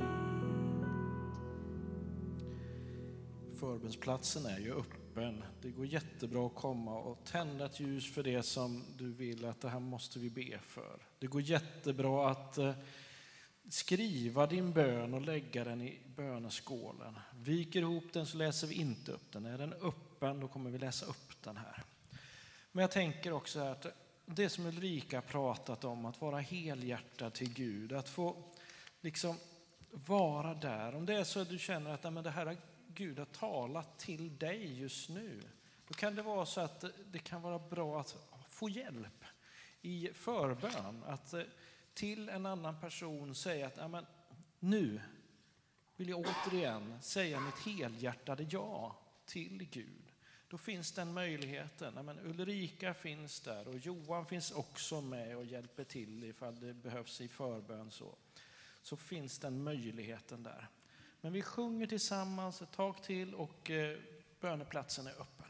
Förbönsplatsen är ju öppen. Det går jättebra att komma och tända ett ljus för det som du vill att det här måste vi be för. Det går jättebra att eh, skriva din bön och lägga den i böneskålen. Viker ihop den så läser vi inte upp den. Är den öppen då kommer vi läsa upp den här. Men jag tänker också att det som Ulrika pratat om, att vara helhjärtad till Gud, att få liksom vara där. Om det är så att du känner att nej, men det här har Gud har talat till dig just nu, då kan det vara så att det kan vara bra att få hjälp i förbön. Att till en annan person säga att ja, men, nu vill jag återigen säga mitt helhjärtade ja till Gud. Då finns den möjligheten. Ja, men Ulrika finns där och Johan finns också med och hjälper till ifall det behövs i förbön. Så, så finns den möjligheten där. Men vi sjunger tillsammans ett tag till och eh, böneplatsen är öppen.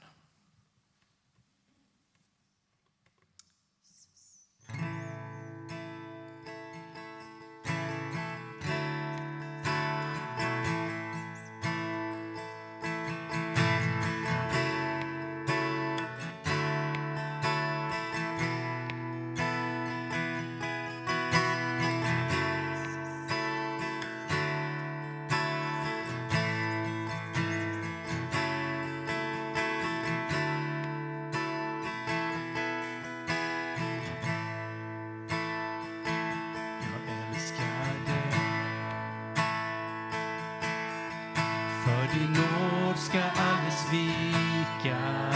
Din nåd ska aldrig svika.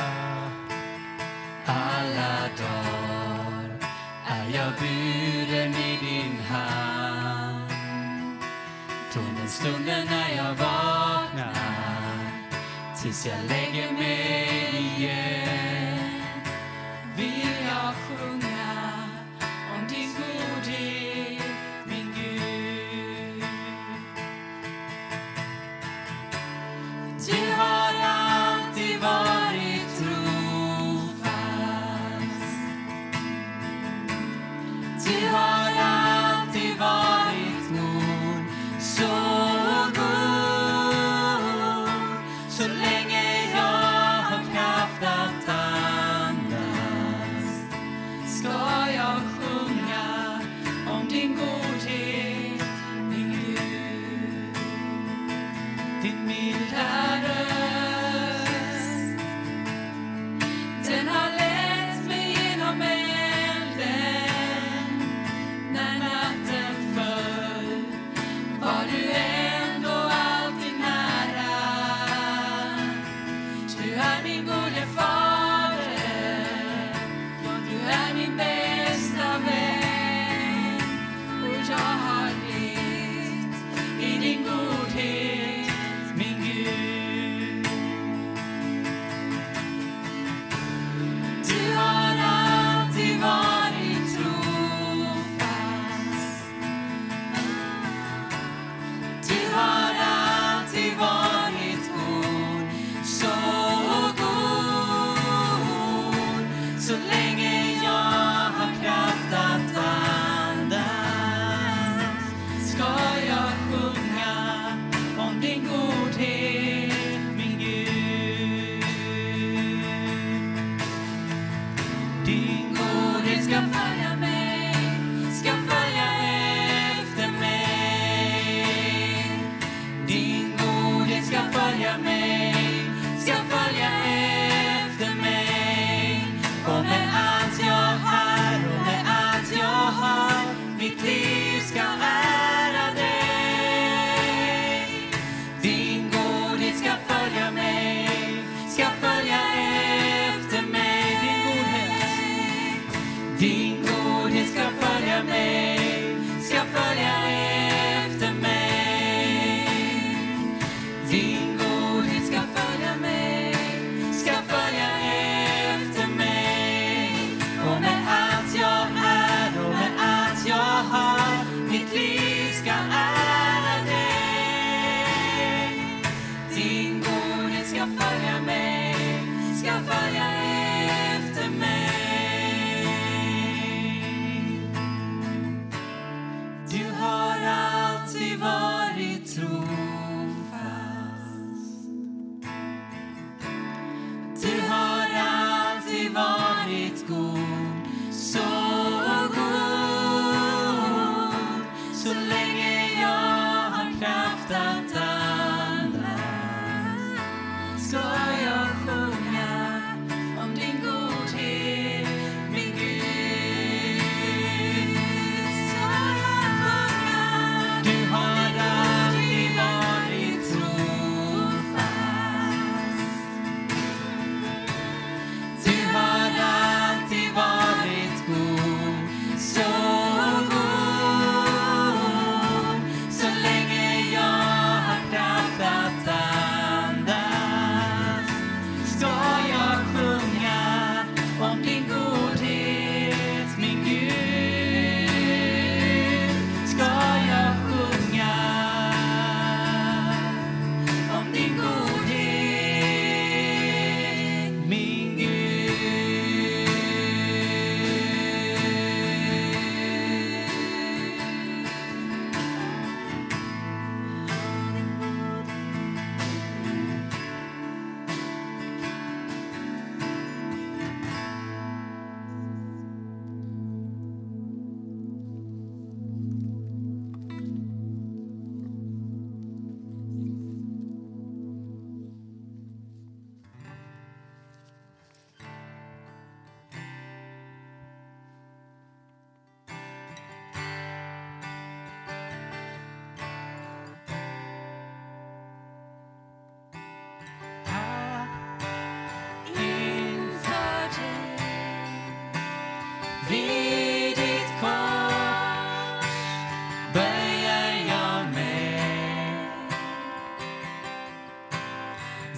Alla dagar är jag buren i din hand. Från den stunden när jag vaknar tills jag lägger mig igen vill jag sjunga om din godhet, min Gud. Du har alltid varit trofast. Du har alltid varit god, så god. Så länge jag har kraft att ta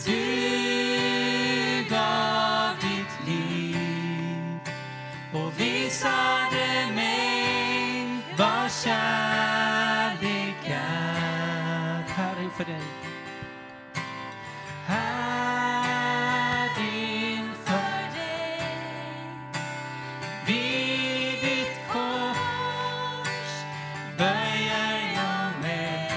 Du gav ditt liv och visade mig vad kärlek är. Här inför dig. Här inför dig. Vid ditt kors böjer jag mig.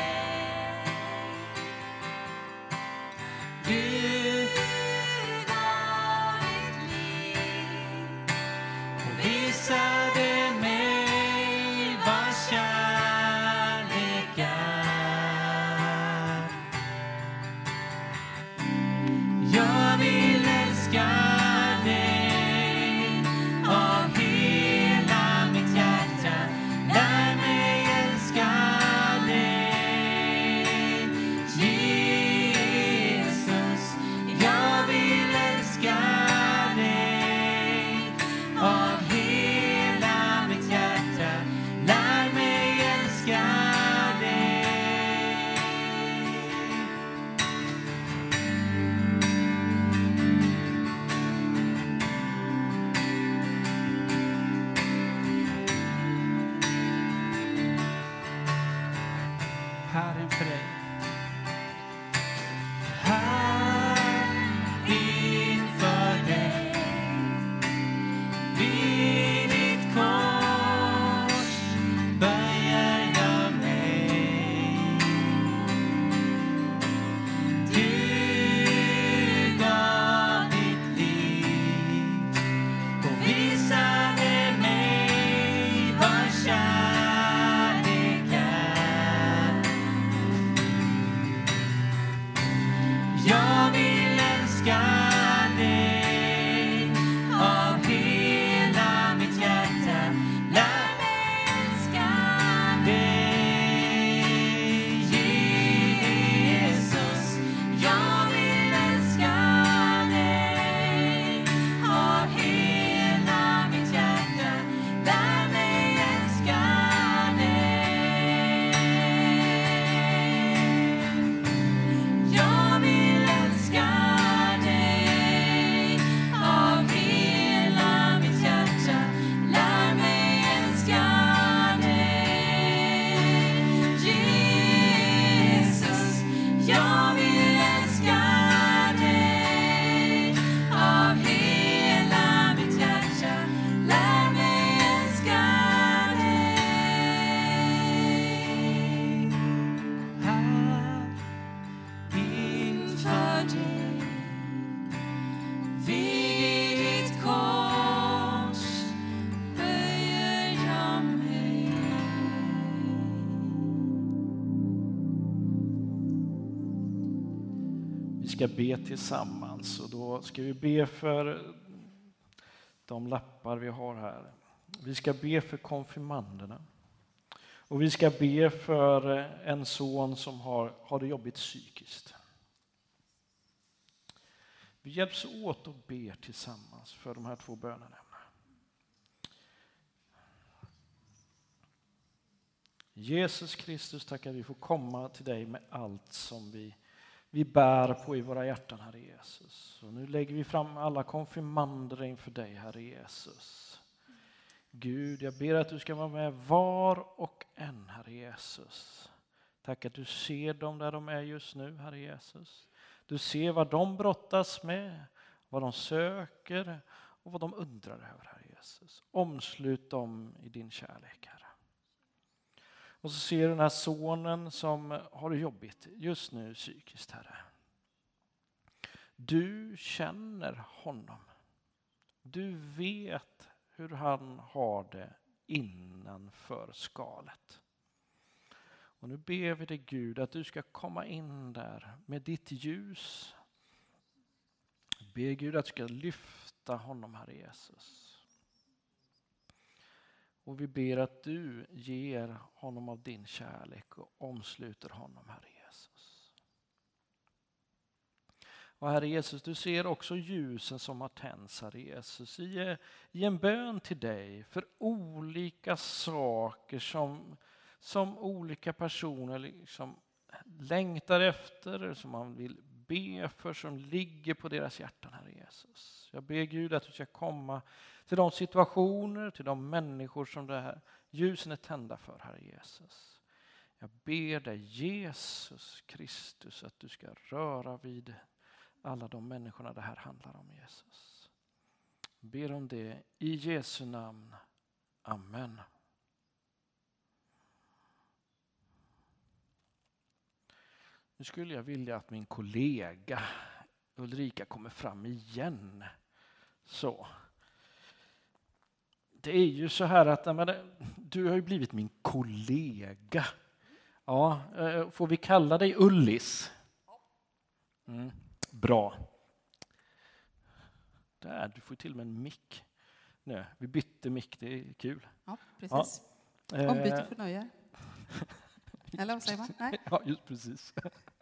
Du gav ditt liv och visade mig vad kärlek är. Jag vill älska dig av hela mitt hjärta. Lär mig älska dig, Jesus. Jag vill älska dig av hela mitt hjärta. Lär mig älska dig. Här inför dig. Här inför dig. Vid ditt kors böjer jag mig. Du gav ditt liv och visade mig vad kärlek är. Jag vill älska dig av hela mitt hjärta. Lär mig älska dig, Jesus. Jag vill älska dig av hela mitt hjärta. Lär mig älska dig. Jag vill älska dig av hela mitt hjärta. Lär mig älska dig, Jesus. Jag vill älska dig av hela mitt hjärta. Lär mig älska dig. Här inför dig. Vid ditt kors böjer jag mig. Vi ska be tillsammans och då ska vi be för de lappar vi har här. Vi ska be för konfirmanderna. Och vi ska be för en son som har, har det jobbigt psykiskt. Vi hjälps åt och ber tillsammans för de här två bönerna. Jesus Kristus, tackar vi får komma till dig med allt som vi, vi bär på i våra hjärtan, Herre Jesus. Och nu lägger vi fram alla konfirmander inför dig, Herre Jesus. Gud, jag ber att du ska vara med var och en, Herre Jesus. Tack att du ser dem där de är just nu, Herre Jesus. Du ser vad de brottas med, vad de söker och vad de undrar över, Herre Jesus. Omslut dem i din kärlek, Herre. Och så ser du den här sonen som har det jobbigt just nu psykiskt, Herre. Du känner honom. Du vet hur han har det innanför skalet. Och nu ber vi dig, Gud, att du ska komma in där med ditt ljus. Be Gud att du ska lyfta honom, Herre Jesus. Och vi ber att du ger honom av din kärlek och omsluter honom, Herre Jesus. Och Herre Jesus, du ser också ljusen som har tänts, Herre Jesus, i, i en bön till dig för olika saker som, som olika personer liksom längtar efter, som man vill be för som ligger på deras hjärtan, Herre Jesus. Jag ber Gud att du ska komma till de situationer, till de människor som det här ljusen är tända för, Herre Jesus. Jag ber dig, Jesus Kristus, att du ska röra vid alla de människorna det här handlar om, Jesus. Jag ber om det i Jesu namn. Amen. Nu skulle jag vilja att min kollega Ulrika kommer fram igen. Så. Det är ju så här att men, du har ju blivit min kollega. Ja, får vi kalla dig Ullis? Mm, bra. Där, du får till med en mick. Nej, vi bytte mick, det är kul. Ja, precis. Ja. Ombyte för nöje. Eller vad säger man? Nej. Ja, just precis.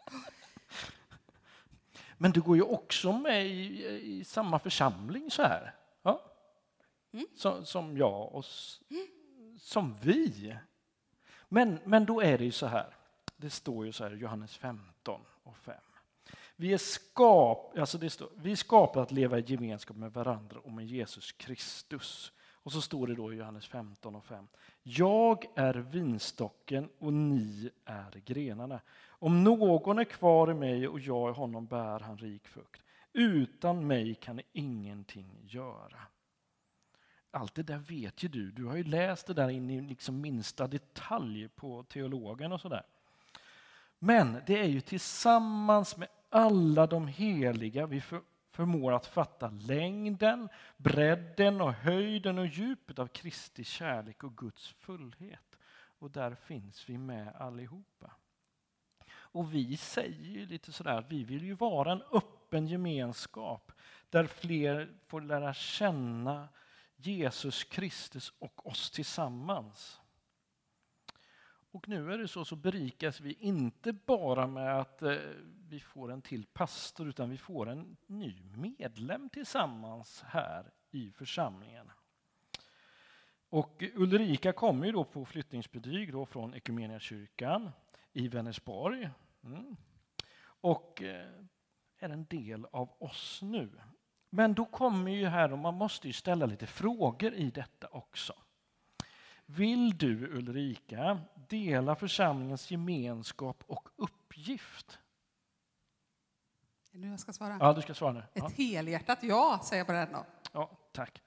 Men du går ju också med i, i samma församling så här. Ja. Mm. Som, som jag och s, mm. som vi. Men, men då är det ju så här. Det står ju så här i Johannes femton och fem. Vi är skap, alltså det står, vi är skapade att leva i gemenskap med varandra och med Jesus Kristus. Och så står det då i Johannes femton och fem. Jag är vinstocken och ni är grenarna. Om någon är kvar i mig och jag i honom bär han rik frukt. Utan mig kan ni ingenting göra. Allt det där vet ju du. Du har ju läst det där in i liksom minsta detalj på teologen och sådär. Men det är ju tillsammans med alla de heliga vi för, förmår att fatta längden, bredden och höjden och djupet av Kristi kärlek och Guds fullhet. Och där finns vi med allihopa. Och vi säger ju lite sådär, vi vill ju vara en öppen gemenskap där fler får lära känna Jesus Kristus och oss tillsammans. Och nu är det så, så berikas vi inte bara med att eh, vi får en till pastor, utan vi får en ny medlem tillsammans här i församlingen. Och Ulrika kommer ju då på flyttningsbetyg då från Ekumeniakyrkan i Vänersborg. Mm. Och eh, är en del av oss nu. Men då kommer ju här, och man måste ju ställa lite frågor i detta också. Vill du, Ulrika, dela församlingens gemenskap och uppgift? Nu jag ska svara. Ja, du ska svara nu. Ett Ja. helhjärtat ja, säger jag på den då. Ja, tack.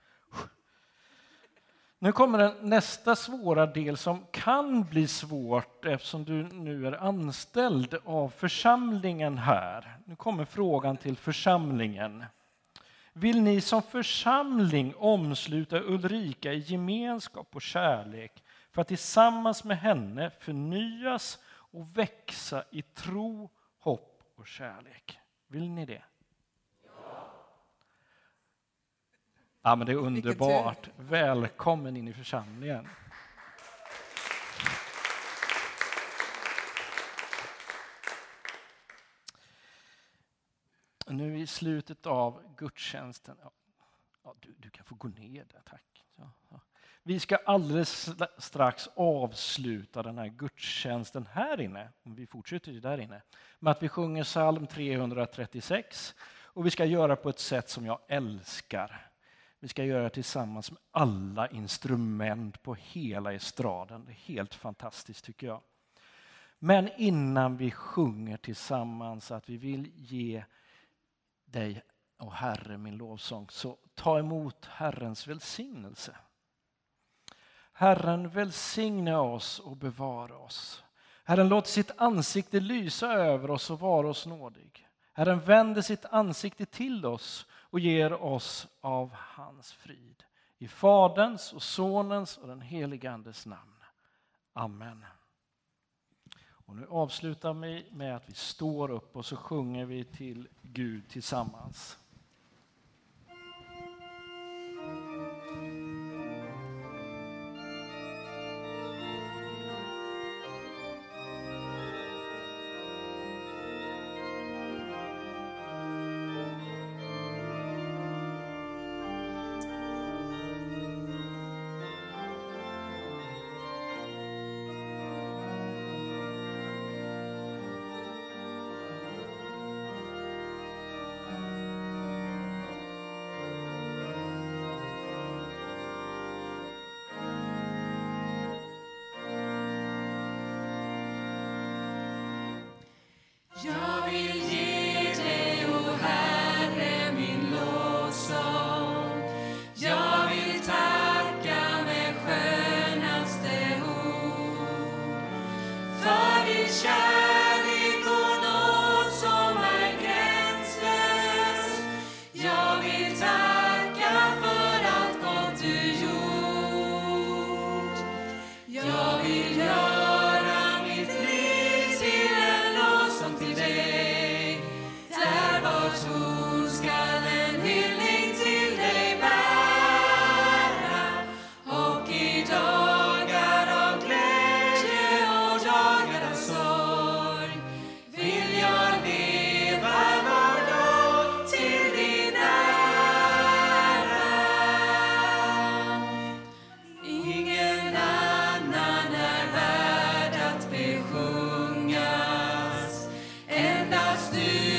Nu kommer den nästa svåra del som kan bli svårt eftersom du nu är anställd av församlingen här. Nu kommer frågan till församlingen. Vill ni som församling omsluta Ulrika i gemenskap och kärlek för att tillsammans med henne förnyas och växa i tro, hopp och kärlek? Vill ni det? Ja. Ja, men det är underbart. Välkommen in i församlingen. Nu i slutet av gudstjänsten, ja, ja, du, du kan få gå ner där, tack. Ja, ja. Vi ska alldeles strax avsluta den här gudstjänsten här inne, om vi fortsätter där inne, med att vi sjunger psalm trehundratrettiosex och vi ska göra på ett sätt som jag älskar. Vi ska göra det tillsammans med alla instrument på hela estraden. Det är helt fantastiskt tycker jag. Men innan vi sjunger tillsammans att vi vill ge dig och Herre min lovsång, så ta emot Herrens välsignelse. Herren välsigne oss och bevara oss. Herren låt sitt ansikte lysa över oss och vara oss nådig. Herren vänder sitt ansikte till oss och ger oss av hans frid. I Faderns och Sonens och den helige Andes namn. Amen. Och nu avslutar vi med att vi står upp och så sjunger vi till Gud tillsammans. fast du